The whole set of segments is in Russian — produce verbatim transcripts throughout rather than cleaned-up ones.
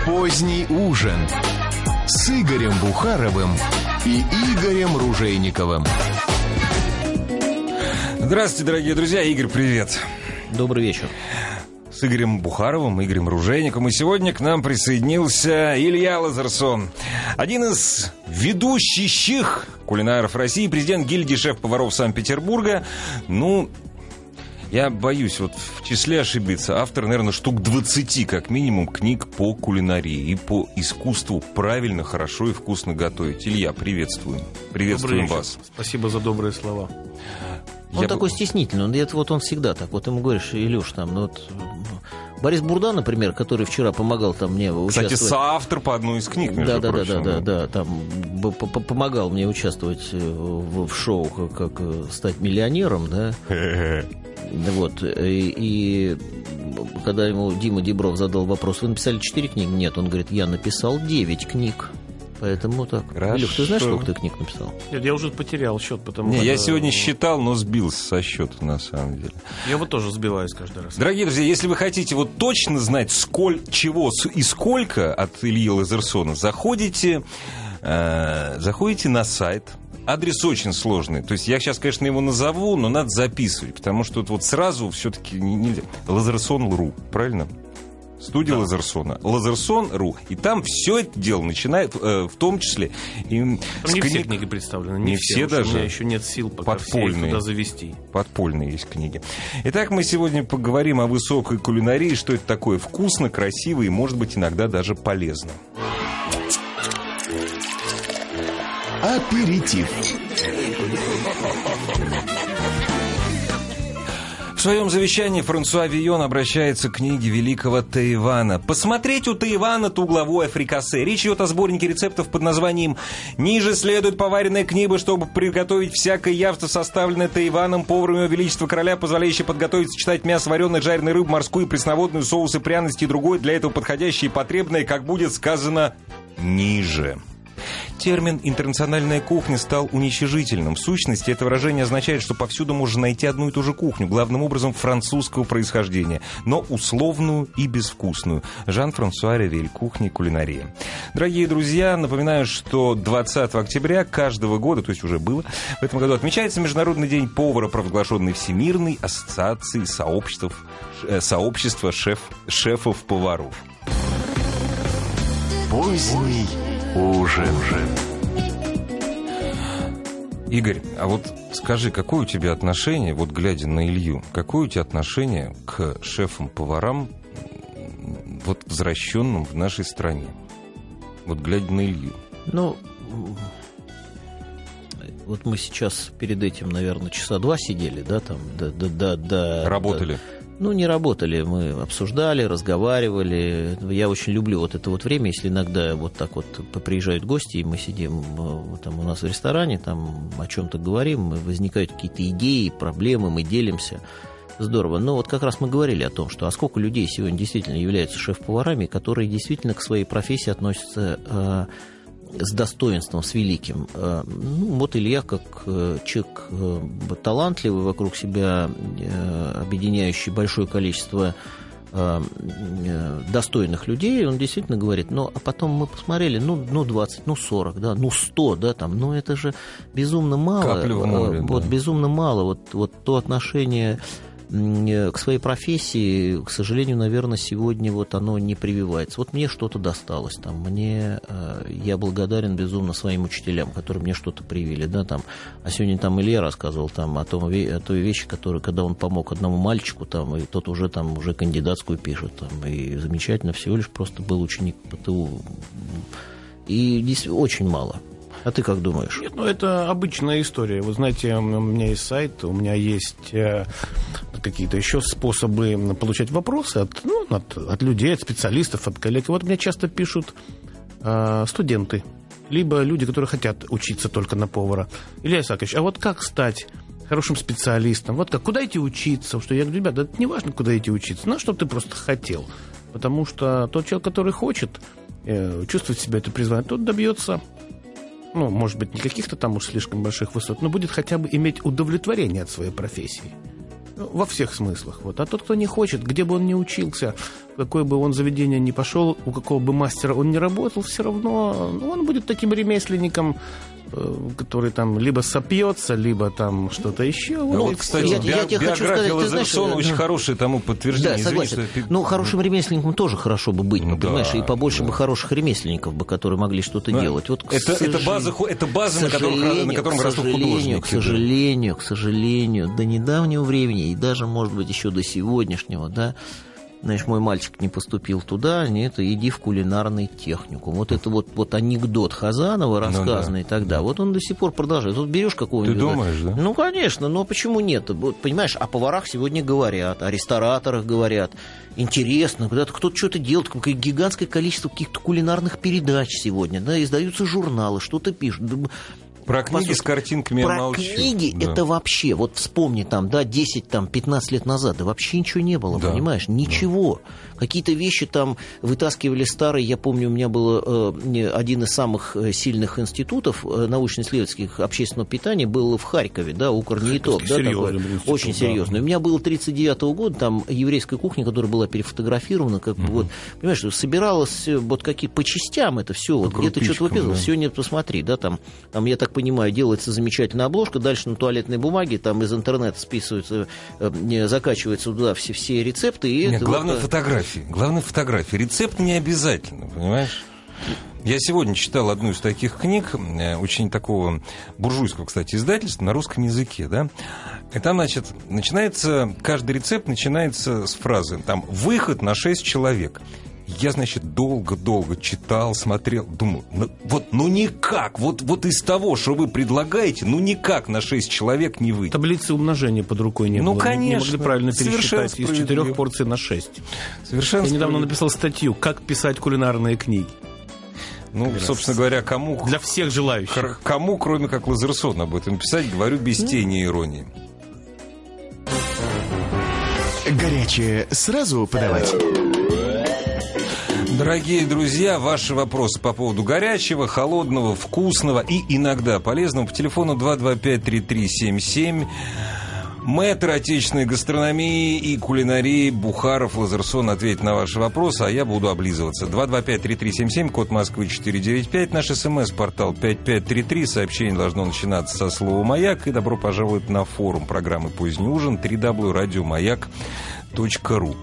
Поздний ужин с Игорем Бухаровым и Игорем Ружейниковым. Здравствуйте, дорогие друзья. Игорь, привет. Добрый вечер. С Игорем Бухаровым, Игорем Ружейниковым. И сегодня к нам присоединился Илья Лазарсон. Один из ведущих кулинаров России, президент гильдии шеф-поваров Санкт-Петербурга. Ну, я боюсь вот в числе ошибиться. Автор, наверное, штук двадцати, как минимум, книг по кулинарии и по искусству правильно, хорошо и вкусно готовить. Илья, приветствуем. Приветствуем вас. Спасибо за добрые слова. Он Я такой бы... стеснительный, он, это, вот он всегда так. Вот ему говоришь, Илюш, там, ну вот... Борис Бурда, например, который вчера помогал там мне участвовать... Кстати, соавтор по одной из книг, между да, да, прочим. Да, да, да, да, там помогал мне участвовать в, в шоу «Как, как стать миллионером», да. Вот, и, и когда ему Дима Дибров задал вопрос, вы написали четыре книги? Нет, он говорит, я написал девять книг. Поэтому так. Хорошо. Илюх, ты знаешь, сколько ты книг написал? Нет, я уже потерял счет, потому Не, что... я сегодня считал, но сбился со счета, на самом деле. Я вот тоже сбиваюсь каждый раз. Дорогие друзья, если вы хотите вот точно знать, сколь, чего и сколько от Ильи Лазарсона, заходите, э, заходите на сайт. Адрес очень сложный. То есть я сейчас, конечно, его назову, но надо записывать, потому что вот сразу все-таки нельзя. Лазарсон точка ру, правильно? Студия да. Лазарсона. Лазарсон точка ру. И там все это дело начинает, э, в том числе... И там не книг... все книги представлены. Не, не все, все даже. У меня еще нет сил пока подпольные, все их туда завести. Подпольные есть книги. Итак, мы сегодня поговорим о высокой кулинарии, что это такое вкусно, красиво и, может быть, иногда даже полезно. Аперитив. В своем завещании Франсуа Вийон обращается к книге великого Таивана. Посмотреть у Таивана-то угловое фрикасе. Речь идет о сборнике рецептов под названием «Ниже следует поваренная книга, чтобы приготовить всякое явство, составленное Таиваном, поваром его величества короля, позволяющее подготовить, сочетать мясо, вареное, жареную рыбу, морскую, пресноводную, соусы, пряности и другое, для этого подходящее и потребное, как будет сказано ниже». Термин «интернациональная кухня» стал уничижительным. В сущности, это выражение означает, что повсюду можно найти одну и ту же кухню, главным образом французского происхождения, но условную и безвкусную. Жан-Франсуа Ревель. Кухня и кулинария. Дорогие друзья, напоминаю, что двадцатого октября каждого года, то есть уже было, в этом году отмечается Международный день повара, провозглашенный Всемирной ассоциацией сообществ, э, сообщества шеф, шефов-поваров. Поздний ужин. Игорь, а вот скажи, какое у тебя отношение, вот глядя на Илью, какое у тебя отношение к шефам-поварам, вот возвращенным в нашей стране? Вот глядя на Илью. Ну, вот мы сейчас перед этим, наверное, часа два сидели, да, там, да, да, да, да. Работали. Да. Ну, не работали, мы обсуждали, разговаривали. Я очень люблю вот это вот время, если иногда вот так вот приезжают гости, и мы сидим там у нас в ресторане, там о чем-то говорим, возникают какие-то идеи, проблемы, мы делимся. Здорово. Но вот как раз мы говорили о том, что а сколько людей сегодня действительно являются шеф-поварами, которые действительно к своей профессии относятся с достоинством, с великим. Ну, вот Илья, как человек талантливый, вокруг себя объединяющий большое количество достойных людей, он действительно говорит, ну, а потом мы посмотрели, ну, ну двадцать, ну, сорок, да, ну, сто, да, там, ну, это же безумно мало. Капля в море, вот, да. Безумно мало. Вот, вот то отношение к своей профессии, к сожалению, наверное, сегодня вот оно не прививается. Вот мне что-то досталось, там, мне, я благодарен безумно своим учителям, которые мне что-то привили, да, там, а сегодня там Илья рассказывал там о, том, о той вещи, которая, когда он помог одному мальчику, там, и тот уже там уже кандидатскую пишет, там, и замечательно, всего лишь просто был ученик ПТУ, и здесь очень мало. А ты как думаешь? Нет, ну это обычная история. Вы знаете, у меня есть сайт, у меня есть э, какие-то еще способы получать вопросы от, ну, от, от людей, от специалистов, от коллег. И вот мне часто пишут э, студенты, либо люди, которые хотят учиться только на повара. Илья Исаакович, а вот как стать хорошим специалистом? Вот как, куда идти учиться? Что я говорю, ребята, это не важно, куда идти учиться, но чтобы ты просто хотел. Потому что тот человек, который хочет э, чувствовать себя это призвание, тот добьется, ну, может быть, не каких-то там уж слишком больших высот, но будет хотя бы иметь удовлетворение от своей профессии. Во всех смыслах. Вот. А тот, кто не хочет, где бы он ни учился, в какое бы он заведение ни пошел, у какого бы мастера он ни работал, все равно ну, он будет таким ремесленником, который там либо сопьется, либо там что-то еще. Вот, вот, кстати, я, би- я тебе хочу биография сказать, Лазарсона знаешь, очень да. хорошее тому подтверждение. Да, Извини, согласен. что я- Ну, хорошим ремесленником тоже хорошо бы быть, Ну, понимаешь, да, и побольше да. бы хороших ремесленников бы, которые могли что-то Ну, делать. Вот, к это, это сожалению- база, ху- это база, к на котором, на сожалению, котором к растут сожалению, художники. К сожалению, к сожалению, до недавнего времени, и даже, может быть, еще до сегодняшнего, да, знаешь, мой мальчик не поступил туда, не это, иди в кулинарный техникум. Вот это вот, вот анекдот Хазанова, рассказанный да. тогда, вот он до сих пор продолжает. Вот берешь какого-нибудь... Ты думаешь, да? Ну, конечно, но почему нет? Вот, понимаешь, о поварах сегодня говорят, о рестораторах говорят. Интересно, когда-то кто-то что-то делает, какое гигантское количество каких-то кулинарных передач сегодня, да, издаются журналы, что-то пишут. Про книги Послушай, с картинками я про молчу. книги Да. это вообще, вот вспомни там, да, десять, там, пятнадцать лет назад, да вообще ничего не было, Да. понимаешь, ничего. Какие-то вещи там вытаскивали старые, я помню, у меня был э, один из самых сильных институтов э, научно-исследовательских общественного питания был в Харькове, да, Укрнейтоп, да, Серьезный такой, институт, очень да. серьезный. У меня было тридцать девятого года, там еврейская кухня, которая была перефотографирована, как бы вот, понимаешь, собиралось вот какие по частям это все, вот где-то что-то крупичкам, выписывалось, да. сегодня посмотри, да, там, там, я так понимаю, делается замечательная обложка, дальше на туалетной бумаге, там из интернета списываются, э, закачиваются туда все, все рецепты. И Нет, это главное вот, фотографии. Главное фотографии. Рецепт не обязательно, понимаешь? Я сегодня читал одну из таких книг, э, очень такого буржуйского, кстати, издательства на русском языке, да. И там, значит, начинается, каждый рецепт начинается с фразы, там, выход на шесть человек. Я, значит, долго-долго читал, смотрел, думал, ну, вот, ну никак, вот, вот из того, что вы предлагаете, ну никак на шесть человек не выйдет. Таблицы умножения под рукой не Ну, было. конечно. Не могли правильно Совершенно пересчитать из справедливо. четырех порций на шесть. Совершенно Я недавно справедливо. написал статью «Как писать кулинарные книги». Ну, собственно говоря, кому... Для всех желающих. Кр- Кому, кроме как Лазерсон, об этом писать, говорю без тени иронии. Горячее сразу подавать. Дорогие друзья, ваши вопросы по поводу горячего, холодного, вкусного и иногда полезного по телефону два два пять три три семь семь. Мэтр отечественной гастрономии и кулинарии Бухаров Лазерсон ответит на ваши вопросы, а я буду облизываться. два два пять три три семь семь, код Москвы четыре девять пять, наш смс-портал пять пять три три. Сообщение должно начинаться со слова «Маяк». И добро пожаловать на форум программы «Поздний ужин» дабл ю дабл ю дабл ю точка радиомаяк точка ру.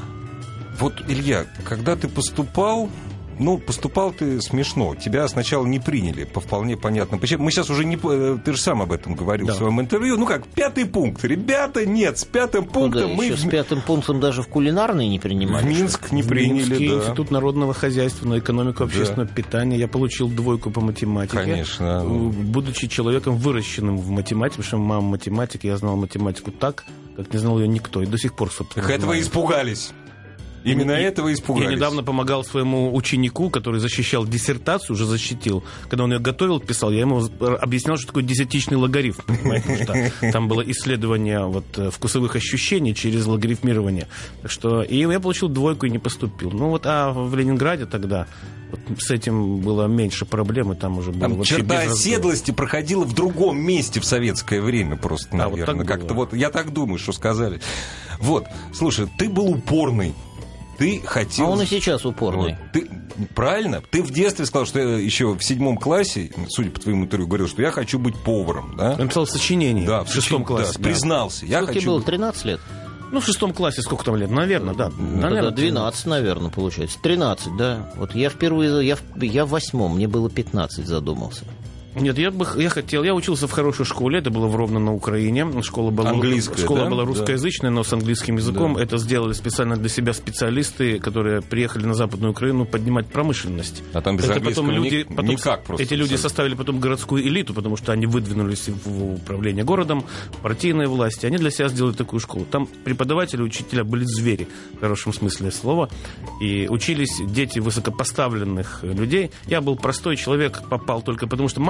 Вот, Илья, когда ты поступал, ну, поступал ты смешно. Тебя сначала не приняли по вполне понятным причинам. Мы сейчас уже не... Ты же сам об этом говорил Да. в своем интервью. Ну как, пятый пункт. Ребята, нет, с пятым ну, пунктом да, мы еще в, с пятым пунктом даже в кулинарные не в принимали. Минск не В приняли. Минске Да. Институт народного хозяйства на экономику общественного питания. Я получил двойку по математике. Конечно. Будучи человеком, выращенным в математике, потому что мама математик, я знал математику так, как не знал ее никто. И до сих пор, собственно, Так этого знаю. испугались. Именно И- этого испугались. Я недавно помогал своему ученику, который защищал диссертацию, уже защитил. Когда он ее готовил, писал, я ему объяснял, что такое десятичный логарифм. Понимаете? Потому что там было исследование вот, вкусовых ощущений через логарифмирование. Так что, и я получил двойку и не поступил. Ну вот, а в Ленинграде тогда вот, с этим было меньше проблем, и там уже было Там вообще черта без разговора. оседлости проходила в другом месте в советское время просто, А, вот наверное. так Как-то было. вот, я так думаю, что сказали. Вот, слушай, ты был упорный. Ты хотел... А он и сейчас упорный. Вот. Ты, правильно? Ты в детстве сказал, что я еще в седьмом классе, судя по твоему интервью, говорил, что я хочу быть поваром, да? Он написал сочинение Да, в шестом да, классе. да. признался. Я Сколько тебе хочу было? быть- тринадцать лет? Ну, в шестом классе сколько там лет? Наверное, да. Ну, Наверное, тогда двенадцать, наверное, получается. тринадцать, да. Вот я впервые, я в, я в восьмом, мне было пятнадцать, задумался. Нет, я бы я хотел, я учился в хорошей школе, это было в Ровно на Украине. Школа была, Английская, школа да? была русскоязычная, но с английским языком. Да. Это сделали специально для себя специалисты, которые приехали на Западную Украину поднимать промышленность. А там без Это английского потом люди, ни- потом никак просто. Эти люди составили потом городскую элиту, потому что они выдвинулись в управление городом, партийные власти. Они для себя сделали такую школу. Там преподаватели, учителя были звери, в хорошем смысле слова. И учились дети высокопоставленных людей. Я был простой человек, попал только потому, что мама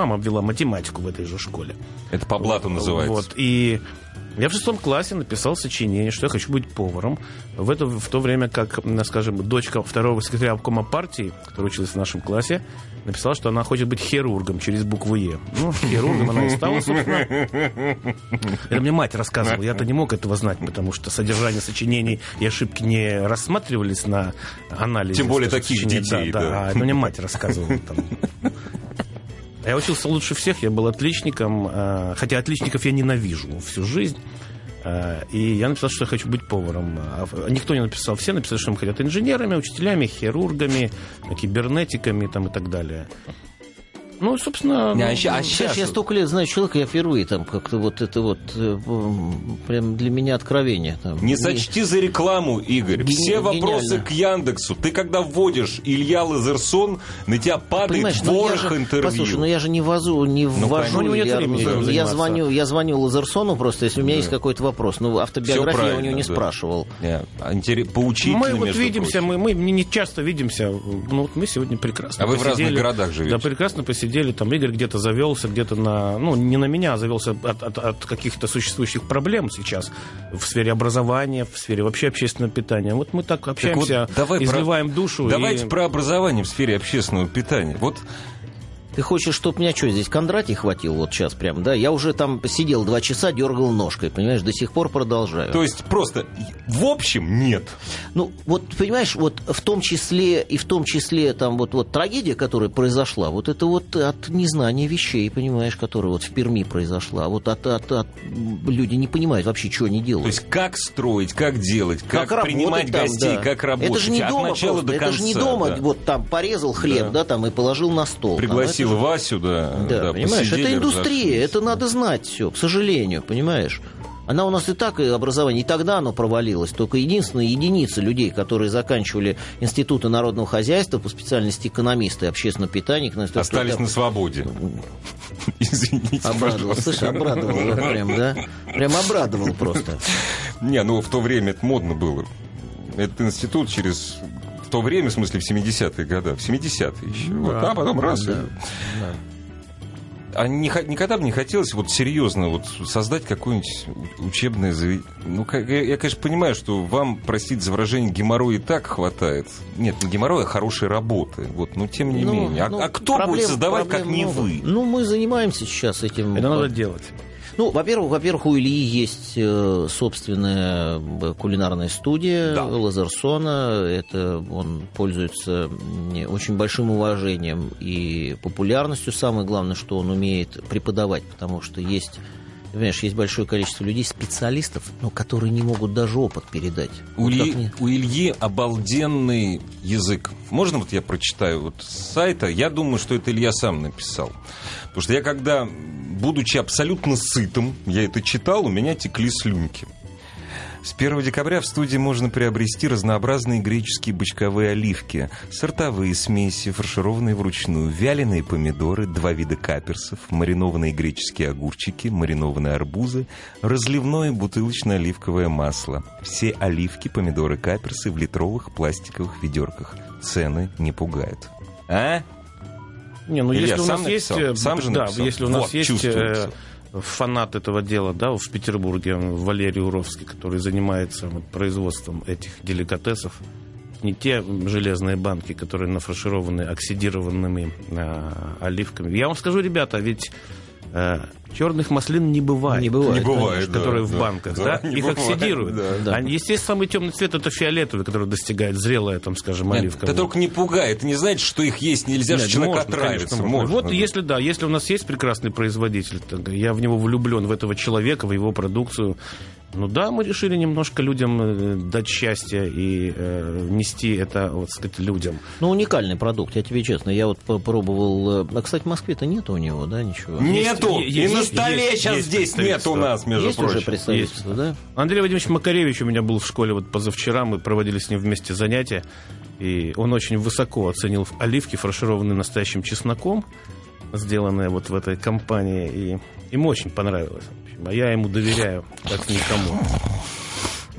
мама вела математику в этой же школе. Это по блату называется. Вот, и я в шестом классе написал сочинение, что я хочу быть поваром. В, это, в то время как, скажем, дочка второго секретаря обкома партии, которая училась в нашем классе, написала, что она хочет быть хирургом через букву «Е». Ну, хирургом она и стала, собственно. Это мне мать рассказывала. Я-то не мог этого знать, потому что содержание сочинений и ошибки не рассматривались на анализе. Тем более таких детей, да. да. да. А это мне мать рассказывала. Там. Я учился лучше всех, я был отличником, хотя отличников я ненавижу всю жизнь. И я написал, что я хочу быть поваром. Никто не написал. Все написали, что они хотят инженерами, учителями, хирургами, кибернетиками там, и так далее. Ну, собственно... Не, ну, а сейчас, а сейчас я столько лет знаю человека, я впервые там как-то вот это вот прям для меня откровение. Там. Не сочти за рекламу, Игорь. Гени- Все вопросы гениально. к Яндексу. Ты когда вводишь Илья Лазерсон, на тебя падает Понимаешь, ну я ворох же- интервью. Послушай, ну я же не ввожу, не Ну, ввожу. конечно, у него нет Илья времени Лазерсона. этим я, заниматься. звоню, я звоню Лазерсону просто, если у меня есть какой-то вопрос. Ну, автобиографию я у него не да. спрашивал. Не, интерес- поучительно, Мы вот между видимся, прочим. мы, мы не не часто видимся. Ну, вот мы сегодня прекрасно А вы в посидели. разных городах живете? Да, прекрасно посидели. Там Игорь где-то завелся, где-то на... Ну, не на меня, а завелся от, от, от каких-то существующих проблем сейчас в сфере образования, в сфере вообще общественного питания. Вот мы так общаемся, вот давай изливаем про- душу. Давайте и... про образование в сфере общественного питания. Вот Ты хочешь, чтобы меня что, здесь Кондратий хватил вот сейчас прям, да? Я уже там сидел два часа, дергал ножкой, понимаешь, до сих пор продолжаю. То есть просто в общем нет. Ну, вот, понимаешь, вот в том числе, и в том числе, там, вот, вот трагедия, которая произошла, вот это вот от незнания вещей, понимаешь, которая вот в Перми произошла. Вот от, от, от люди не понимают вообще, что они делают. То есть как строить, как делать, как, Как принимать работать там, гостей, да. как работать. Это же не от дома начала просто, до это конца. же не дома, да. вот там порезал хлеб, Да. да, там и положил на стол. Пригласил Там, это же- Васю, да. Да, да, понимаешь, это посидели, индустрия, разошлись. это надо знать все, к сожалению, понимаешь. Она у нас и так, и образование, и тогда оно провалилось. Только единственная единица людей, которые заканчивали институты народного хозяйства по специальности экономисты, общественного питания. Остались на свободе. Извините, Обрадовал, пожалуйста. слышь, обрадовал прям, да? Прям обрадовал просто. Не, ну в то время это модно было. Этот институт через... В то время, в смысле, в семидесятые годы. В семидесятые еще. Вот, а потом раз. Да, А не, х- никогда бы не хотелось вот серьезно вот создать какое-нибудь учебное заведение. Ну, как- я, я, конечно, понимаю, что вам, простите за выражение, геморроя и так хватает. Нет, не геморроя, а хорошей работы. Вот, но тем не Ну, менее. А, ну, а кто проблем- будет создавать, как проблем не много. вы? Ну, мы занимаемся сейчас этим. Это надо делать. Ну, во-первых, во-первых, у Ильи есть э, собственная э, кулинарная студия Да. Лазерсона. Это он пользуется м, очень большим уважением и популярностью. Самое главное, что он умеет преподавать, потому что есть, понимаешь, есть большое количество людей, специалистов, но которые не могут даже опыт передать. У, Вот Ильи, как мне- у Ильи обалденный язык. Можно вот я прочитаю вот с сайта? Я думаю, что это Илья сам написал. Потому что я когда, будучи абсолютно сытым, я это читал, у меня текли слюнки. С первого декабря в студии можно приобрести разнообразные греческие бочковые оливки, сортовые смеси, фаршированные вручную, вяленые помидоры, два вида каперсов, маринованные греческие огурчики, маринованные арбузы, разливное бутылочное оливковое масло. Все оливки, помидоры, каперсы в литровых пластиковых ведерках. Цены не пугают. А? Не, ну Илья если у сам нас есть, написал? Сам же да, написал? если у нас Вот, есть чувствуется. э, фанат этого дела, да, в Петербурге Валерий Уровский, который занимается вот производством этих деликатесов, не те железные банки, которые нафаршированы оксидированными э, оливками. Я вам скажу, ребята, ведь э, черных маслин не бывает. Не бывает, Не бывает, Конечно, которые да, в да. банках, Да, да, не их бывает, оксидируют. да. Да. А, естественно, самый темный цвет это фиолетовый, который достигает зрелая, там, скажем, Нет, оливка. это только не пугает. Не знаете, что их есть нельзя, Нет, что человек можно, отравится. конечно, можно. Можно, Вот да. если да, если у нас есть прекрасный производитель, то я в него влюблен, в этого человека, в его продукцию. Ну да, мы решили немножко людям э, дать счастье и э, нести это, вот сказать, людям. Ну, уникальный продукт, я тебе честно. Я вот попробовал... э, А, кстати, в Москве-то нет у него, да, ничего? Нету! Есть, И есть, на есть, столе есть, сейчас есть здесь нет у представительство. нас, между Есть прочим. уже представительство, да? Андрей Владимирович Макаревич у меня был в школе вот позавчера, мы проводили с ним вместе занятия, и он очень высоко оценил оливки, фаршированные настоящим чесноком, сделанные вот в этой компании, и ему очень понравилось. В общем, а я ему доверяю, как никому.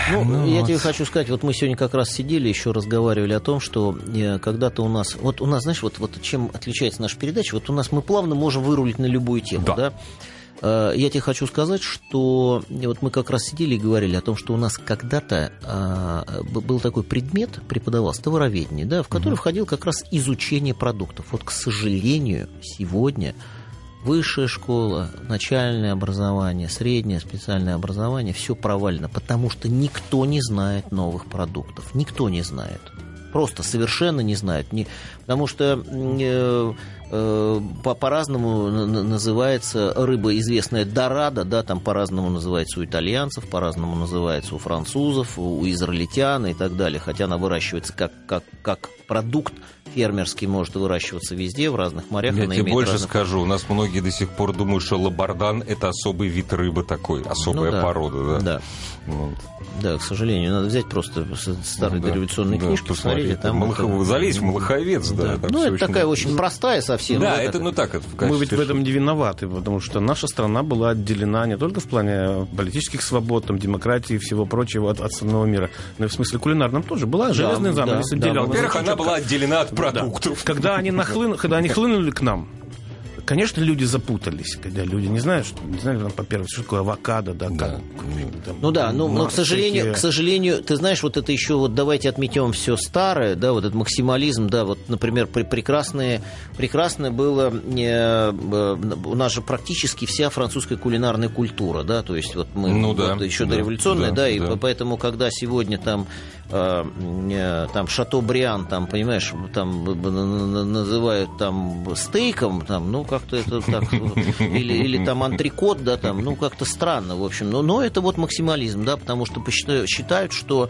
Ну, Ну, я вот. тебе хочу сказать, вот мы сегодня как раз сидели, еще разговаривали о том, что э, когда-то у нас, вот у нас, знаешь, вот, вот чем отличается наша передача, вот у нас мы плавно можем вырулить на любую тему, Да. да? Э, я тебе хочу сказать, что вот мы как раз сидели и говорили о том, что у нас когда-то э, б- был такой предмет, преподавался, товароведение, да, в который входил как раз изучение продуктов. Вот, к сожалению, сегодня высшая школа, начальное образование, среднее специальное образование, все провалено, потому что никто не знает новых продуктов. Никто не знает. Просто совершенно не знает. Не, потому что э, э, по- по-разному н- называется рыба, известная дорадо, да, там по-разному называется у итальянцев, по-разному называется у французов, у израильтян и так далее. Хотя она выращивается как, как, как продукт фермерский, может выращиваться везде, в разных морях. Я она тебе имеет больше разных- скажу, у нас многие до сих пор думают, что лабардан — это особый вид рыбы такой, особая Ну да, порода, да? Да. Вот. Да, к сожалению, надо взять просто с- старые Ну да, дореволюционные да, книжки, посмотреть, а там... Малахов- это- Залезь в Малаховец, да. там Ну, всё это очень- такая очень простая совсем. Да, вот это ну так. Это в Мы качестве ведь в этом шутки. не виноваты, потому что наша страна была отделена не только в плане политических свобод, там, демократии и всего прочего от, от остального мира, но и в смысле кулинарном тоже. Была железный да, занавес, да, отделял. Во-первых, она была отделена от Да. продуктов. Когда они, нахлыну- когда они хлынули к нам, конечно, люди запутались, когда люди не знают, что, не знают, там, по-первых, что такое авокадо, да, Да. как, там, Ну да, ну, но, к сожалению, всякие- к сожалению, ты знаешь, вот это еще, вот давайте отметем все старое, да, вот этот максимализм, да, вот, например, при, прекрасное, прекрасное было, э, э, у нас же практически вся французская кулинарная культура, да, то есть вот мы, Ну да, вот еще да, дореволюционная, да, да, и да. поэтому, когда сегодня там, э, э, там Шато-Бриан, там, понимаешь, там н- н- называют там стейком, там, ну, как-то это так, или, или там антрикот, да, там, ну, как-то странно, в общем, но, но это вот максимализм, да, потому что посчитаю- считают, что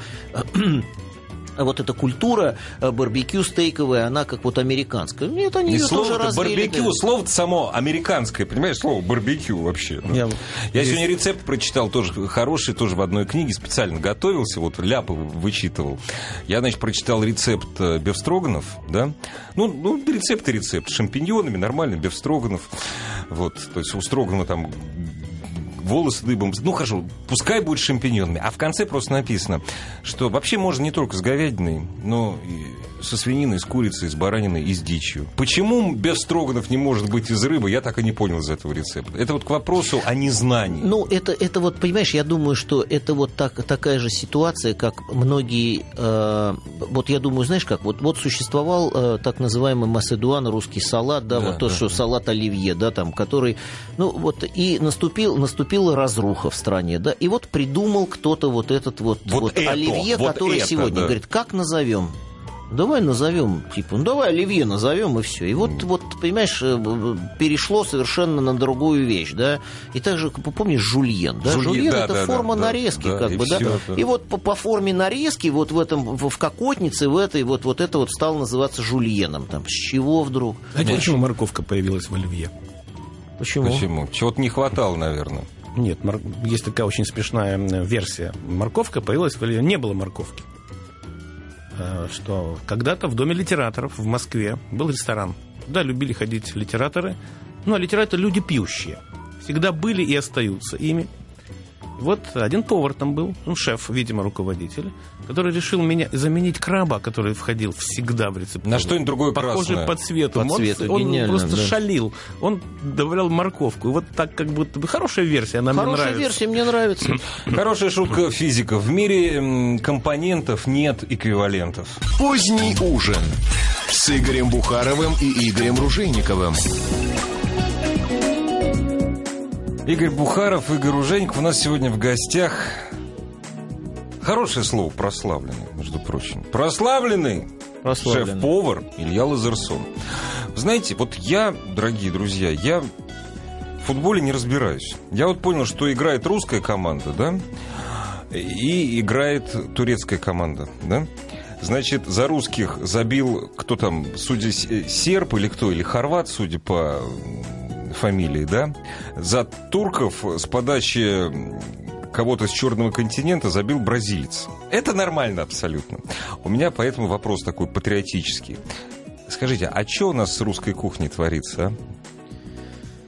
вот эта культура э, барбекю стейковая, она как вот американская. Нет, они И ее тоже слово-то развили. барбекю, да. слово-то само американское, понимаешь, слово барбекю вообще. Ну, Я- Я сегодня рецепт прочитал, тоже хороший, тоже в одной книге, специально готовился, вот ляпы вычитывал. Я, значит, прочитал рецепт э, бефстроганов, да, ну, ну, рецепт и рецепт, с шампиньонами, нормальный бефстроганов, вот, то есть у Строганова там волосы дыбом, ну, хорошо, пускай будет с шампиньонами, а в конце просто написано, что вообще можно не только с говядиной, но и со свининой, с курицей, с бараниной и с дичью. Почему бефстроганов не может быть из рыбы, я так и не понял из этого рецепта. Это вот к вопросу о незнании. Ну, это, это вот, понимаешь, я думаю, что это вот так, такая же ситуация, как многие... э, вот я думаю, знаешь как, вот, вот существовал э, так называемый маседуан, русский салат, да, Да, вот то, да, что да. салат оливье, да, там, который... Ну, вот, и наступил, наступила разруха в стране, да, и вот придумал кто-то вот этот вот, Вот вот это, оливье, вот который это, сегодня, да. говорит, как назовем? Давай назовем, типа, ну давай оливье назовем и все. И вот, вот, понимаешь, э, перешло совершенно на другую вещь, да. И также, помнишь, жульен, да? Жульен, Жульен да, это да, форма да, нарезки, да, как и бы, да. всё, да. И вот по, по форме нарезки, вот в этом, в, в кокотнице, в этой, вот, вот это вот стало называться жульеном. Там, с чего вдруг? Знаете, почему морковка появилась в оливье? Почему? Почему? Чего-то не хватало, наверное. Нет, мор- есть такая очень смешная м, версия. Морковка появилась в оливье. Не было морковки. Э, Что когда-то в Доме литераторов в Москве был ресторан. Туда любили ходить литераторы. Ну, а литераторы люди пьющие. Всегда были и остаются ими. И вот один повар там был, ну, шеф, видимо, руководитель, который решил меня заменить краба, который входил всегда в рецепт. На что-нибудь другое Похожий красное. по цвету. По он цвету, он гениально, просто да. шалил. Он добавлял морковку. И вот так как будто бы хорошая версия, она мне Хорошая нравится. версия, мне нравится. Хорошая шутка физика. В мире м, компонентов нет эквивалентов. Поздний ужин с Игорем Бухаровым и Игорем Ружейниковым. Игорь Бухаров, Игорь Ружейников у нас сегодня в гостях. Хорошее слово, прославленный, между прочим. Прославленный, Прославленный. шеф-повар Илья Лазарсон. Знаете, вот я, дорогие друзья, я в футболе не разбираюсь. Я вот понял, что играет русская команда, да, и играет турецкая команда, да. Значит, за русских забил, кто там, судя серб или кто, или хорват, судя по фамилии, да. За турков с подачи кого-то с черного континента забил бразилец. Это нормально абсолютно. У меня поэтому вопрос такой патриотический. Скажите, а что у нас с русской кухней творится, а?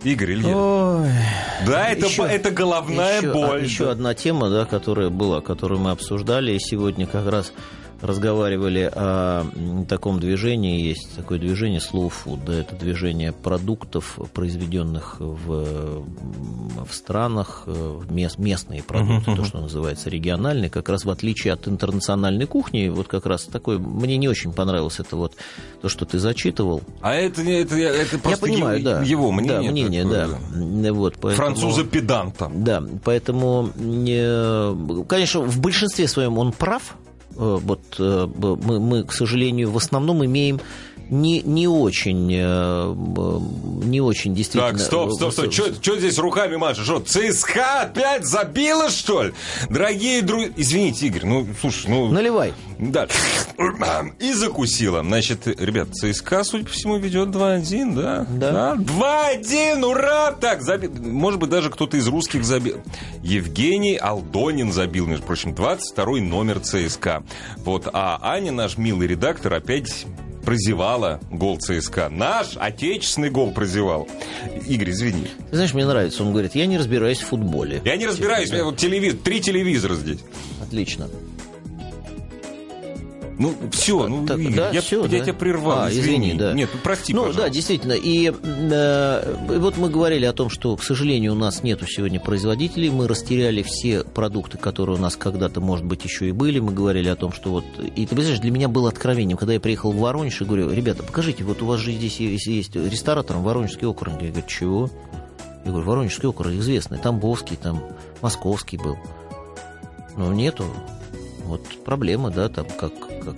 Игорь, Илья. Ой. Да, это, Еще- это головная еще, боль. а, еще да. одна тема, да, которая была, которую мы обсуждали, и сегодня как раз разговаривали о м, таком движении. Есть такое движение Slow Food, да, это движение продуктов, произведенных в, в странах, в мест, местные продукты, Uh-huh, то, что называется региональные, как раз в отличие от интернациональной кухни, вот как раз такой, мне не очень понравилось это вот, то, что ты зачитывал. А это, не- это, это просто Я понимаю, его, да. его мнение. Да, мнение, такое, да. Вот, поэтому... Француза-педанта. Да, поэтому, э, конечно, в большинстве своем он прав. Э, Вот э, мы, мы, к сожалению, в основном имеем не, не очень, э, не очень действительно... Так, стоп, стоп, стоп. Что здесь руками машешь? Что, ЦСКА опять забила, что ли? Дорогие друзья... Извините, Игорь, ну, слушай, ну... Наливай. Да. И закусила. Значит, ребят, ЦСКА, судя по всему, ведет два один, да? Да. два один, ура! Так, забил. Может быть, даже кто-то из русских забил. Евгений Алдонин забил, между прочим, двадцать второй номер ЦСКА. Вот, а Аня, наш милый редактор, опять прозевала гол ЦСКА. Наш отечественный гол прозевал. Игорь, извини. Ты знаешь, мне нравится, он говорит, я не разбираюсь в футболе. Я не разбираюсь, у меня вот телевизор, три телевизора здесь. Отлично. Ну, все, ну, Так, Игорь, да, я, всё, я да? тебя прервал, А, извини. извини, да. Нет, ну, прости, Ну, пожалуйста. да, действительно. И э, вот мы говорили о том, что, к сожалению, у нас нету сегодня производителей. Мы растеряли все продукты, которые у нас когда-то, может быть, еще и были. Мы говорили о том, что вот... И ты знаешь, для меня было откровением, когда я приехал в Воронеж и говорю, ребята, покажите, вот у вас же здесь есть, есть ресторатор Воронежский округ. Я говорю, чего? Я говорю, Воронежский округ известный, Тамбовский, там, Московский был. Но нету. Вот проблема, да, там, как... как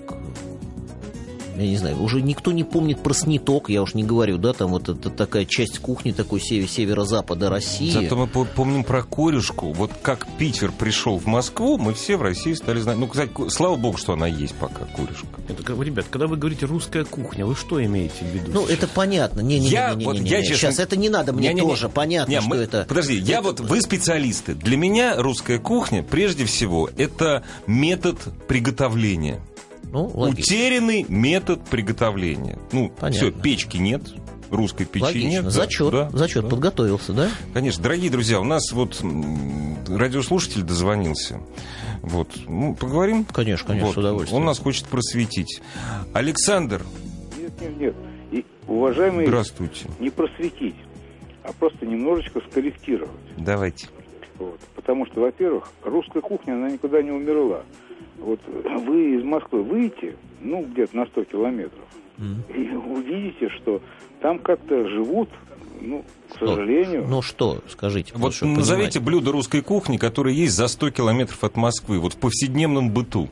я не знаю, уже никто не помнит про сниток, я уж не говорю, да, там вот это такая часть кухни такой север- северо-запада России. Зато мы по- помним про корюшку. Вот как Питер пришел в Москву, мы все в России стали знать. Ну, кстати, слава богу, что она есть пока, корюшка. Это, как- ребят, когда вы говорите «русская кухня», вы что имеете в виду? Ну, сейчас? это понятно. Не, не, Я не, не, вот, не, не, я, не. честно- Сейчас это не надо мне Не-не-не. тоже. Понятно, Не, что мы- это... Подожди, я это- вот, вы специалисты. Для меня русская кухня, прежде всего, это метод приготовления. Ну, логично. Утерянный метод приготовления. Ну, Понятно. все, печки нет, русской печи Логично. нет. Да, Зачет, да, зачет да. подготовился, да? Конечно, дорогие друзья, у нас вот м, радиослушатель дозвонился. Вот, ну, поговорим? Конечно, конечно, Вот. с удовольствием. Он нас хочет просветить. Александр, Нет, нет, нет. И, уважаемые, здравствуйте. не просветить, а просто немножечко скорректировать. Давайте. Вот. Потому что, во-первых, русская кухня, она никуда не умерла. Вот вы из Москвы выйдете, ну, где-то на сто километров, mm. и увидите, что там как-то живут, ну, к Что? сожалению... Ну что, скажите. Вот чтобы назовите понимать. блюдо русской кухни, которое есть за сто километров от Москвы, вот в повседневном быту.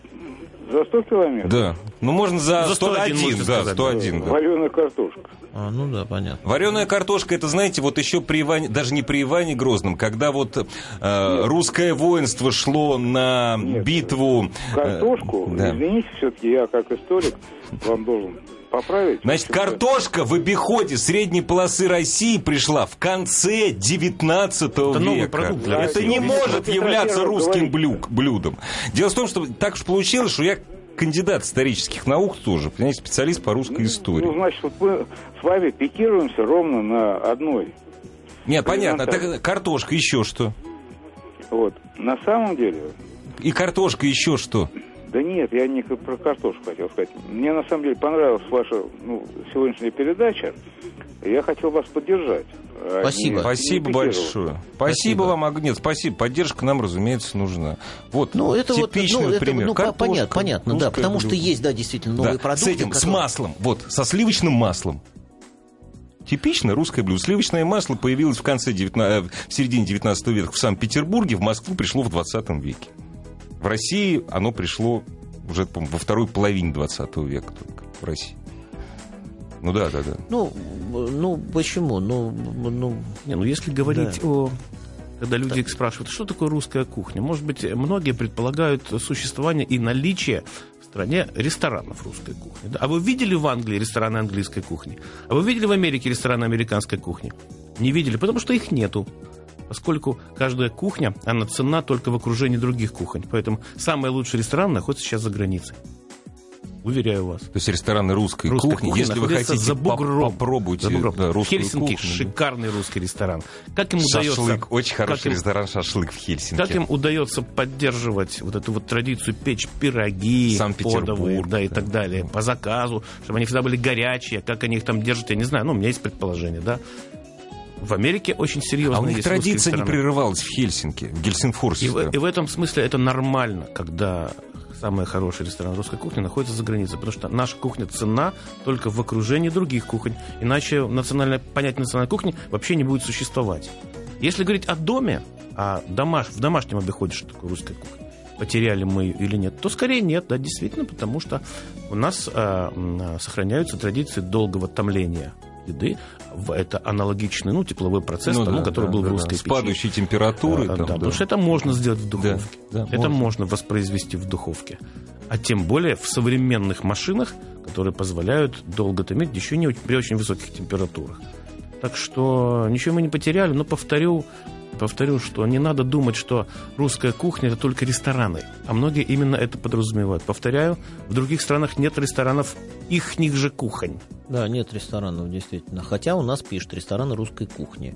За сто километров? Да. Ну, можно за, За сто один, сто один, можно да, сказать. сто один, да. Вареная картошка. А, ну да, понятно. Вареная картошка, это, знаете, вот еще при Иване, даже не при Иване Грозном, когда вот э, русское воинство шло на Нет. битву... э, Картошку, да. извините, все-таки я как историк вам должен поправить. Значит, В общем-то, картошка в обиходе средней полосы России пришла в конце девятнадцатого Это новый века. продукт для Это России. не Ну, может Петр являться Первый русским говорит. блюд- блюдом. Дело в том, что так уж получилось, что я кандидат исторических наук тоже, понимаете, специалист по русской истории. Ну, значит, вот мы с вами пикируемся ровно на одной. Нет, понятно. Элементарно. Так, картошка, еще что? Вот. На самом деле, И картошка, еще что? да нет, я не про картошку хотел сказать. Мне на самом деле понравилась ваша ну, сегодняшняя передача. Я хотел вас поддержать. а Спасибо. не- Спасибо не пикировать. большое. Спасибо, Спасибо. вам, Агнет, спасибо. Поддержка нам, разумеется, нужна. Вот Ну, это вот, типичный ну, это, пример. ну, Картошка, понятно, понятно, да, русское потому что блюдо. есть, да, действительно, Да, новые продукты. с этим, с которые- маслом, вот, со сливочным маслом. Типичное русское блюдо. Сливочное масло появилось в конце девятнадцатого, в середине девятнадцатого века в Санкт-Петербурге, в Москву пришло в двадцатом веке. В России оно пришло уже, по-моему, во второй половине двадцатого века только в России. Ну да, да, да. Ну, ну, почему? Ну, ну, Не, ну если говорить о... Когда люди спрашивают, что такое русская кухня, может быть, многие предполагают существование и наличие в стране ресторанов русской кухни. Да? А вы видели в Англии рестораны английской кухни? А вы видели в Америке рестораны американской кухни? Не видели, потому что их нету. Поскольку каждая кухня, она ценна только в окружении других кухонь. Поэтому самый лучший ресторан находится сейчас за границей. Уверяю вас. То есть рестораны русской, русской кухни, кухни если вы хотите за бугром. попробуйте за бугром. Да, русскую Хельсинки кухню. шикарный русский ресторан. Как им Шашлык, удается, очень хороший им, ресторан «Шашлык» в Хельсинки. Как им удается поддерживать вот эту вот традицию печь пироги подовые, да, и да. так далее, по заказу, чтобы они всегда были горячие, как они их там держат, я не знаю, ну, у меня есть предположение, да. В Америке очень серьезно. А у них традиция не прерывалась в Хельсинки, в Гельсингфорсе. И в, и в этом смысле это нормально, когда самый хороший ресторан русской кухни находится за границей, потому что наша кухня ценна только в окружении других кухонь. Иначе национальное, понятие национальной кухни вообще не будет существовать. Если говорить о доме, о домаш, в домашнем обиходе, что такое русская кухня, потеряли мы ее или нет, то скорее нет, да, действительно, потому что у нас э, сохраняются традиции долгого томления еды. Это аналогичный, ну, тепловой процесс ну, тому, да, который да, был да, в русской да. печи. С падающей температурой. Да, там, да, да. Потому что это можно сделать в духовке. Да, да, это можно. можно воспроизвести в духовке. А тем более в современных машинах, которые позволяют долго томить, еще не при очень высоких температурах. Так что ничего мы не потеряли, но повторю, повторю, что не надо думать, что русская кухня – это только рестораны. А многие именно это подразумевают. Повторяю, в других странах нет ресторанов ихних же кухонь. Да, нет ресторанов, действительно. Хотя у нас пишут рестораны русской кухни.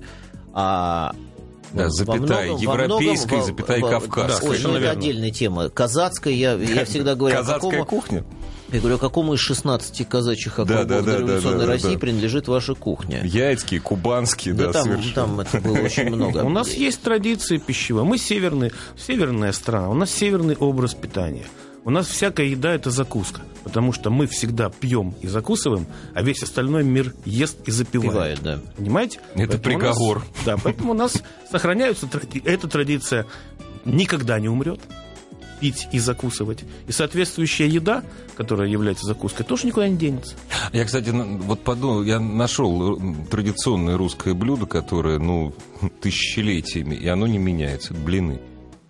А да, во запятая многом, европейская, во многом, запятая во, кавказская. Ой, ну это отдельная тема. Казацкая, я, я всегда говорю, казацкая какому, кухня? Я говорю, какому из шестнадцати казачьих округов да, да, дореволюционной да, да, России да. принадлежит ваша кухня? Яицкие, кубанские, да, да там, совершенно. Там это было очень много. У нас есть традиции пищевые. Мы северные, северная страна, у нас северный образ питания. У нас всякая еда – это закуска, потому что мы всегда пьем и закусываем, а весь остальной мир ест и запивает. Пивает, да. Понимаете? Это поэтому приговор. Нас, да, поэтому у нас сохраняются тради... эта традиция никогда не умрет. Пить и закусывать. И соответствующая еда, которая является закуской, тоже никуда не денется. Я, кстати, вот подумал, я нашел традиционное русское блюдо, которое, ну, тысячелетиями, и оно не меняется. Блины.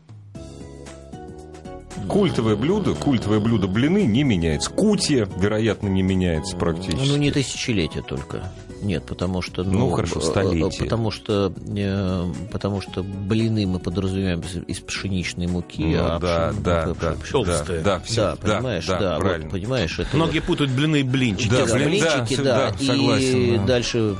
Культовое блюдо, культовое блюдо блины не меняется. Кутья, вероятно, не меняется практически. Ну, не тысячелетия только. Нет, потому что... Ну, ну хорошо, столетие. Потому что, э, потому что блины мы подразумеваем из пшеничной муки, ну, а да, пшен... да, ну, да, толстые. Да, все, да, понимаешь, да, да, правильно. Вот, понимаешь, это Многие вот... путают блины и блинчики. Да, да, блин, блинчики, да, да, да, согласен, и да. дальше...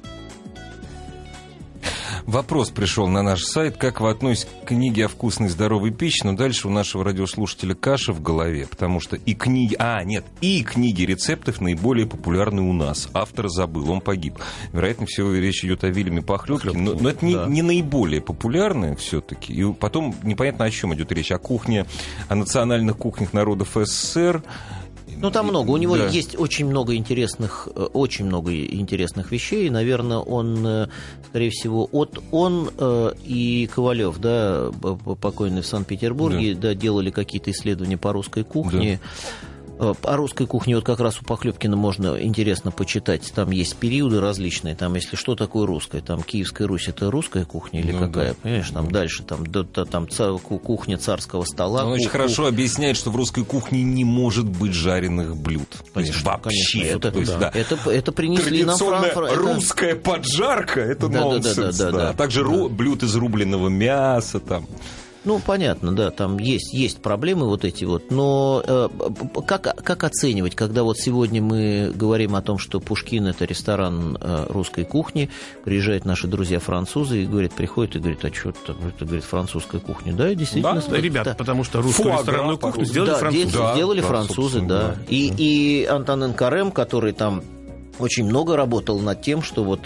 Вопрос пришел на наш сайт. Как вы относитесь к книге о вкусной и здоровой пище? Но дальше у нашего радиослушателя каша в голове, потому что и книги... А, нет, и книги рецептов наиболее популярны у нас. Автор забыл, он погиб. Вероятно всего, речь идет о Вильяме Похлёбке, но, но это не, да. не наиболее популярное все-таки. И потом непонятно, о чем идет речь. О кухне, о национальных кухнях народов СССР. Ну, там много. У него да. есть очень много интересных, очень много интересных вещей. Наверное, он, скорее всего, от он и Ковалев, да, покойный в Санкт-Петербурге, да. Да, делали какие-то исследования по русской кухне. Да. О русской кухне вот как раз у Похлёбкина можно интересно почитать. Там есть периоды различные. Там, если что такое русское, там Киевская Русь — это русская кухня или ну, какая? Да. Понимаешь, там да. дальше там, да, там ца, кухня царского стола. Он кух, очень кух... хорошо объясняет, что в русской кухне не может быть жареных блюд. Конечно, вообще. Конечно. Это, то есть, да. это, это принесли нам Франкфурт. Русская это... поджарка — это да, нонсенс. Да, да, да, да. Да, а также да. ру... блюд из рубленого мяса там. Ну, понятно, да, там есть, есть проблемы вот эти вот, но э, как, как оценивать, когда вот сегодня мы говорим о том, что Пушкин — это ресторан э, русской кухни, приезжают наши друзья-французы и говорят, приходят и говорят, а что это, это, говорит, французская кухня, да, действительно. Да, ребята, да. Потому что русскую Фуагра, ресторанную кухню сделали да, французы. Да, сделали да, французы, да. да. И, да. и Антонен Карем, который там очень много работал над тем, что вот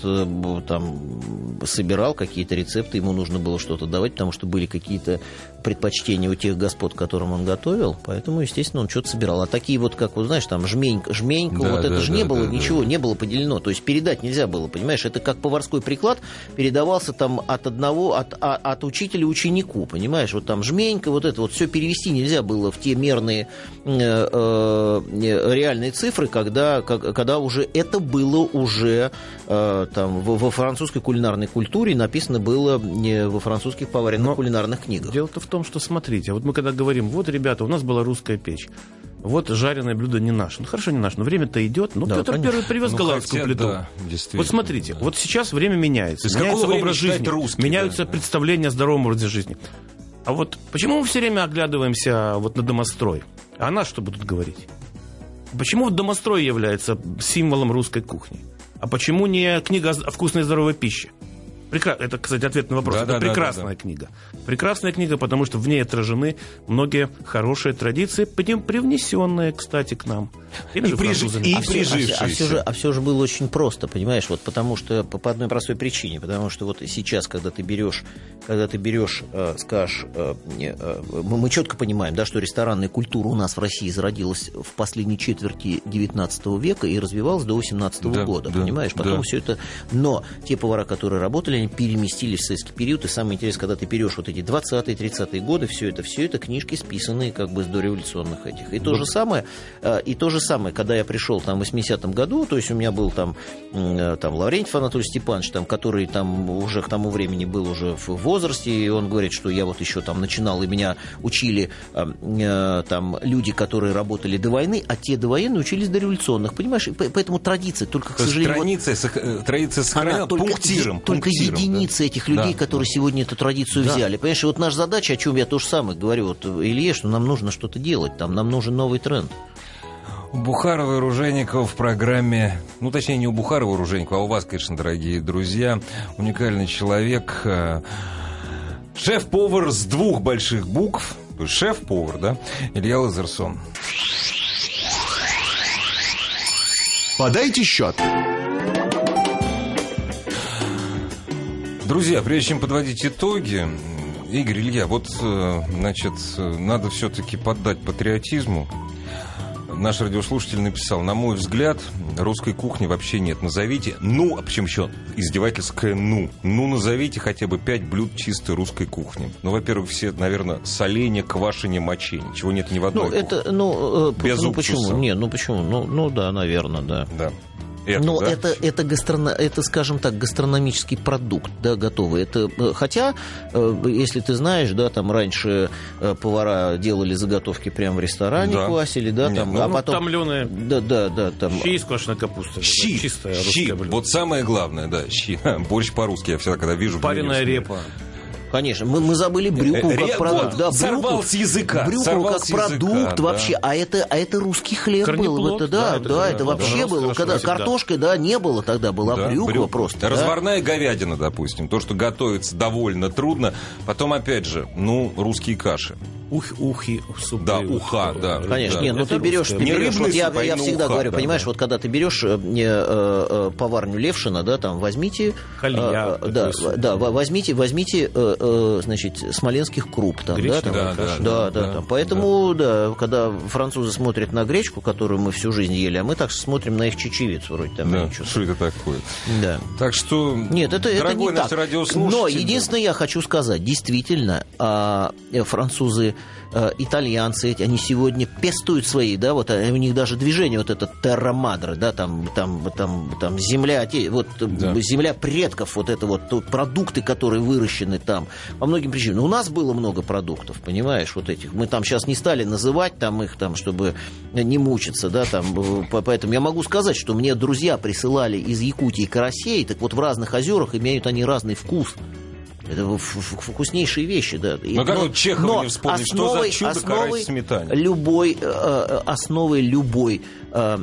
там собирал какие-то рецепты, ему нужно было что-то давать, потому что были какие-то предпочтения у тех господ, которым он готовил, поэтому, естественно, он что-то собирал. А такие вот, как, вот знаешь, там жменька, жменька, да, вот да, это же да, не да, было, да, ничего да. не было поделено, то есть передать нельзя было, понимаешь, это как поварской приклад передавался там от одного, от, от учителя ученику, понимаешь, вот там жменька, вот это вот все перевести нельзя было в те мерные э, э, реальные цифры, когда, как, когда уже это было уже э, там во, во французской кулинарной культуре, написано было не во французских поваренных Но кулинарных книгах. Дело-то в том, что, смотрите, вот мы когда говорим, вот, ребята, у нас была русская печь, вот жареное блюдо не наше. Ну, хорошо, не наше, но время-то идет. Ну, да, Петр Первый привез ну, голландскую хотя, плиту. Да, вот смотрите, да. вот сейчас время меняется. Меняется образ жизни, русский, меняются да, представления о здоровом образе жизни. А вот почему мы все время оглядываемся вот на домострой? А нас что будут говорить? Почему домострой является символом русской кухни? А почему не книга о вкусной и здоровой пище? Прекра... Это, кстати, ответ на вопрос. Да, это да, прекрасная да, да, да. книга. Прекрасная книга, потому что в ней отражены многие хорошие традиции, привнесенные, кстати, к нам. Или и прижившиеся. А, а, а, все же, а все же было очень просто, понимаешь, вот потому что по, по одной простой причине, потому что вот сейчас, когда ты берешь, когда ты берешь, э, скажешь, э, э, мы, мы четко понимаем, да, что ресторанная культура у нас в России зародилась в последней четверти девятнадцатого века и развивалась до восемнадцатого да, года, да, понимаешь, потом да. все это, но те повара, которые работали, они переместились в советский период, и самое интересное, когда ты берешь вот эти двадцатые, тридцатые годы, все это, все это книжки, списанные как бы с дореволюционных этих, и да. то же самое, э, и то же самое, когда я пришел там в восьмидесятом году, то есть у меня был там, там Лаврентьев Анатолий Степанович, там, который там уже к тому времени был уже в возрасте, и он говорит, что я вот еще там начинал, и меня учили э, там люди, которые работали до войны, а те довоенные учились до революционных, понимаешь? Поэтому традиция, только, к сожалению... Традиция, вот, традиция сохранена пунктиром. Только пунктиром, единицы да? этих людей, да, которые да. сегодня эту традицию да. взяли. Понимаешь, и вот наша задача, о чем я то же самое говорю вот Илье, что нам нужно что-то делать, там, нам нужен новый тренд. Бухарова и Ружейникова в программе, ну, точнее, не у Бухарова и Ружейникова, а у вас, конечно, дорогие друзья, уникальный человек, шеф-повар с двух больших букв, то есть шеф-повар, да, Илья Лазерсон. Подайте счет. Друзья, прежде чем подводить итоги, Игорь, Илья, вот, значит, надо все-таки поддать патриотизму. Наш радиослушатель написал: на мой взгляд, русской кухни вообще нет. Назовите, ну, а почему еще издевательское «ну»? Ну, назовите хотя бы пять блюд чистой русской кухни. Ну, во-первых, все, наверное, соленье, квашение, мочение. Чего нет ни в одной ну, кухне. Это, ну, без ну, уксуса. Почему? Не, ну, почему? Ну, ну да, наверное, да. Да. Это, Но да? это, это, гастроно, это, скажем так, гастрономический продукт, да, готовый. Это, хотя, если ты знаешь, да, там раньше повара делали заготовки прямо в ресторане, да. квасили, да, Нет, там, ну, а потом... томленые. Да, да, да. Там... Щи из квашеной капусты. Щи, чистая щи. русская блюдо. Вот самое главное, да, щи. Борщ по-русски, я всегда, когда вижу... Пареная репа. Конечно, мы, мы забыли брюкву Ре- как продукт. вот, Да, сорвал с языка. Брюкву как продукт да. вообще. А это, а это русский хлеб Корнеплод, был. Это, да, да, да, это, да, да, это да, вообще да, было. Когда всегда. картошкой, да, не было тогда, была да, брюква, брюква просто. Разварная да? говядина, допустим. То, что готовится довольно трудно. Потом, опять же, ну, русские каши. Ух, ухи, супы. Да, уха, да. Конечно, да. нет, ну ты берешь, ты берешь вот я, я всегда уха, говорю, да, понимаешь, да. вот когда ты берешь э, э, поварню Левшина, да, там возьмите, Калья, э, да, да, возьмите, возьмите, э, э, значит, смоленских круп, там, да, там, да, да, да, да, да, да, там. Поэтому, да. да, когда французы смотрят на гречку, которую мы всю жизнь ели, а мы так смотрим на их чечевицу, вроде там. Да, что это такое? Да. Так что, нет, это, это не наш так. радиослушатель... Но единственное, я хочу сказать, действительно, французы, итальянцы, они сегодня пестуют свои, да, вот у них даже движение вот это терра мадре, да, там, там, там, там земля, вот да. земля предков, вот это вот продукты, которые выращены там, по многим причинам. Но у нас было много продуктов, понимаешь, вот этих. Мы там сейчас не стали называть там их, там, чтобы не мучиться, да, там, поэтому я могу сказать, что мне друзья присылали из Якутии карасей, так вот в разных озерах имеют они разный вкус. Это вкуснейшие вещи, да. Но, но как вот Чехова не вспомнить, основой, что за чудо карась в сметане? Любой, э, основой любой э,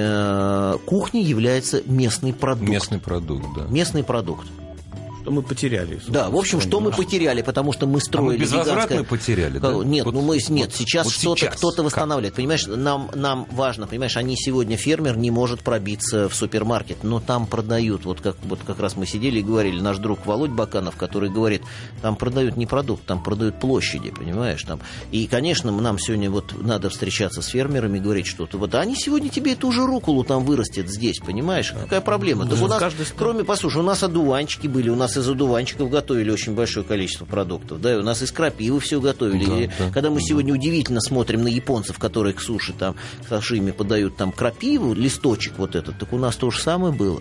э, кухни является местный продукт. Местный продукт, да. Местный продукт. Что мы потеряли. Да, в общем, что мы потеряли, потому что мы строили... А мы безвозвратно гигантское... потеряли, да? Нет, вот, ну мы... Нет, вот, сейчас вот что-то сейчас. кто-то восстанавливает. Как? Понимаешь, нам, нам важно, понимаешь, они сегодня, фермер не может пробиться в супермаркет, но там продают, вот как, вот как раз мы сидели и говорили, наш друг Володь Баканов, который говорит, там продают не продукт, там продают площади, понимаешь, там. И, конечно, нам сегодня вот надо встречаться с фермерами и говорить что-то. Вот, а они сегодня тебе эту же руколу там вырастят здесь, понимаешь? Какая проблема? Так у нас, кроме, послушай, у нас одуванчики были, у нас из одуванчиков готовили очень большое количество продуктов, да, и у нас из крапивы все готовили. Да, и да, когда мы да. сегодня удивительно смотрим на японцев, которые к суше там, к сашими подают там крапиву, листочек вот этот, так у нас то же самое было.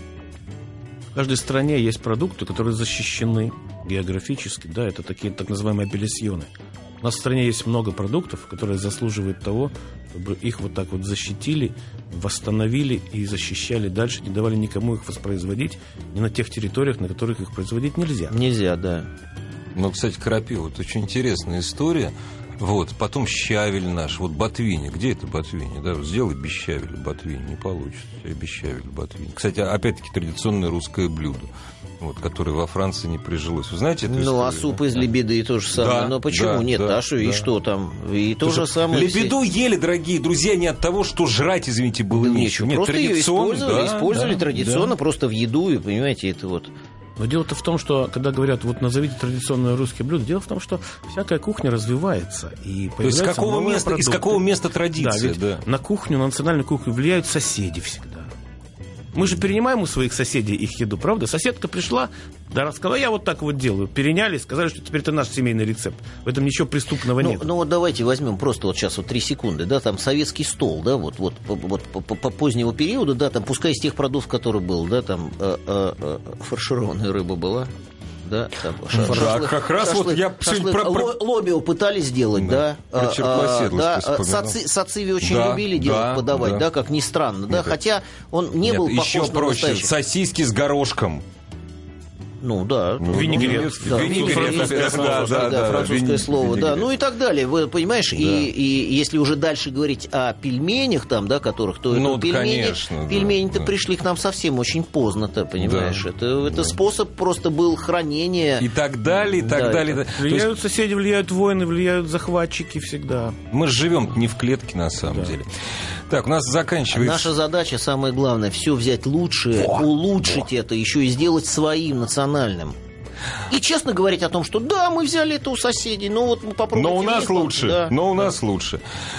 В каждой стране есть продукты, которые защищены географически, да, это такие так называемые апелляционы. У нас в стране есть много продуктов, которые заслуживают того, чтобы их вот так вот защитили, восстановили и защищали дальше, не давали никому их воспроизводить, ни на тех территориях, на которых их производить нельзя. Нельзя, да. Ну, кстати, крапива, это очень интересная история. Вот, потом щавель наш, вот ботвини. Где это ботвини? Да, сделай без щавеля ботвини, не получится. Без щавеля ботвини. Кстати, опять-таки традиционное русское блюдо, вот, которое во Франции не прижилось. Вы знаете эту Ну, историю? а суп из лебеды то же самое. Да, Но почему да, нет? да, а что, да. и что там? И то же самое. Лебеду ели, дорогие друзья, не от того, что жрать, извините, было Было нечего. нечего. Нет, Просто ее традиционно, использовали, да, использовали да, традиционно, да. просто в еду, и, понимаете, это вот... Но дело-то в том, что, когда говорят, вот назовите традиционное русское блюдо, дело в том, что всякая кухня развивается. И То есть с какого, места, из какого места Да, традиция? ведь Да. на кухню, на национальную кухню влияют соседи всегда. Мы же перенимаем у своих соседей их еду, правда? Соседка пришла, да, рассказала, я вот так вот делаю. Переняли, сказали, что теперь это наш семейный рецепт. В этом ничего преступного Ну, нет. ну вот давайте возьмем просто вот сейчас вот три секунды, да, там советский стол, да, вот, вот, по- вот по, по- по позднего периода, да, там, пускай из тех продуктов, который был, да, там э, э, э, фаршированная рыба была, да, там, ша- Да, как раз вот я сегодня про- про- ло- лобио пытались сделать, да, Да, про а, черквоседлость да, вспоминал. саци- сациви очень Да, любили да, делать, подавать, да. да. как ни странно, да, Нет, хотя он не Нет, был еще похож на проще. настоящий. Сосиски с горошком. Ну да. Ну, Винегрет. Да, Винегрет, французское да, слово, да, да, да, французское винегрет. слово, да, ну и так далее, вы понимаешь, и, и если уже дальше говорить о пельменях там, да, которых, то Ну, это да, пельмени, конечно, да, пельмени-то да. пришли к нам совсем очень поздно-то, понимаешь, Да, это, это способ просто был хранения. И так далее, и так Да, далее. это- То есть Влияют соседи, влияют войны, влияют захватчики всегда. мы живем не в клетке, на самом деле. Так, у нас заканчивается... Наша задача, самое главное, все взять лучшее, улучшить это, еще и сделать своим, национальным. И честно говорить о том, что да, мы взяли это у соседей, но вот мы попробуем. Но у нас лучше, Да. но у нас лучше.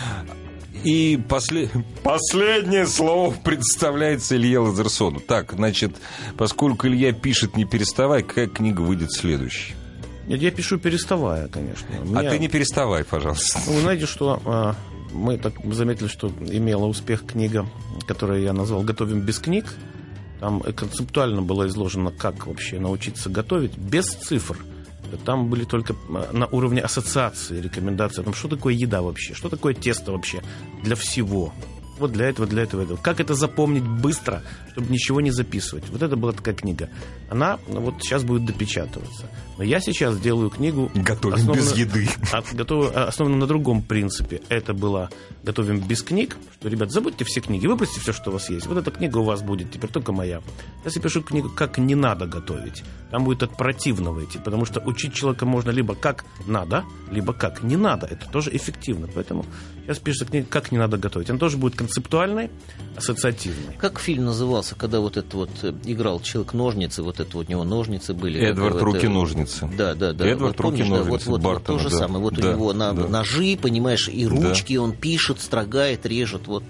И после... последнее слово представляется Илье Лазерсону. Так, значит, поскольку Илья пишет «не переставай», какая книга выйдет следующей? Нет, я пишу переставая, конечно. У А меня- ты не переставай, пожалуйста. Ну, вы знаете, что а, мы так заметили, что имела успех книга, которую я назвал «Готовим без книг». Там концептуально было изложено, как вообще научиться готовить без цифр. Там были только на уровне ассоциации рекомендации о том, что такое еда вообще, что такое тесто вообще для всего. Вот для этого, для этого, этого. Как это запомнить быстро, чтобы ничего не записывать. Вот это была такая книга. Она вот сейчас будет допечатываться. Но я сейчас делаю книгу... Готовим основанную- без еды. от- готов- основанную на другом принципе. Это было «Готовим без книг». Что, ребят, забудьте все книги, выбросьте все, что у вас есть. Вот эта книга у вас будет теперь только моя. Сейчас я пишу книгу «Как не надо готовить». Там будет от противного идти, потому что учить человека можно либо как надо, либо как не надо. Это тоже эффективно. Поэтому сейчас пишется книга «Как не надо готовить». Она тоже будет концептуальной, ассоциативной. Как фильм назывался, когда вот это вот э, играл человек-ножницы, вот это вот у него ножницы были. Эдвард это- Руки-ножницы. Да, да, да. Эдвард Вот помнишь, да, Руки-ножницы вот, вот, вот Бартона, то же да. самое. Вот Да, у него на, да. ножи, понимаешь, и ручки, он пишет, строгает, режет. Вот.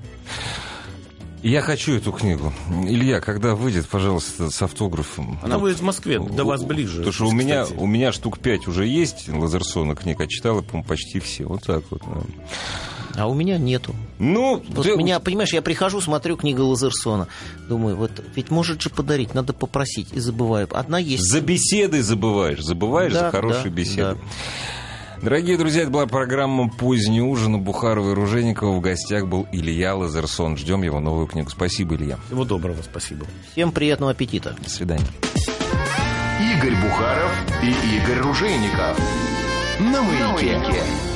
Я хочу эту книгу. Илья, когда выйдет, пожалуйста, с автографом. Она Вот. будет в Москве, до вас ближе. Потому что у меня, кстати. у меня штук пять уже есть Лазерсона книг, а читал я, по-моему, почти все. Вот так вот. да. А у меня нету. Ну, Вот ты- меня, понимаешь, я прихожу, смотрю книгу Лазерсона. Думаю, вот ведь может же подарить, надо попросить. И забываю. Одна есть. за беседой забываешь. Забываешь Да, за хорошие да, беседы. да. Дорогие друзья, это была программа «Поздний ужин» у Бухарова и Ружейникова. В гостях был Илья Лазерсон. Ждем его новую книгу. Спасибо, Илья. Всего доброго, спасибо. Всем приятного аппетита. До свидания. Игорь Бухаров и Игорь Ружейников на «Маяке».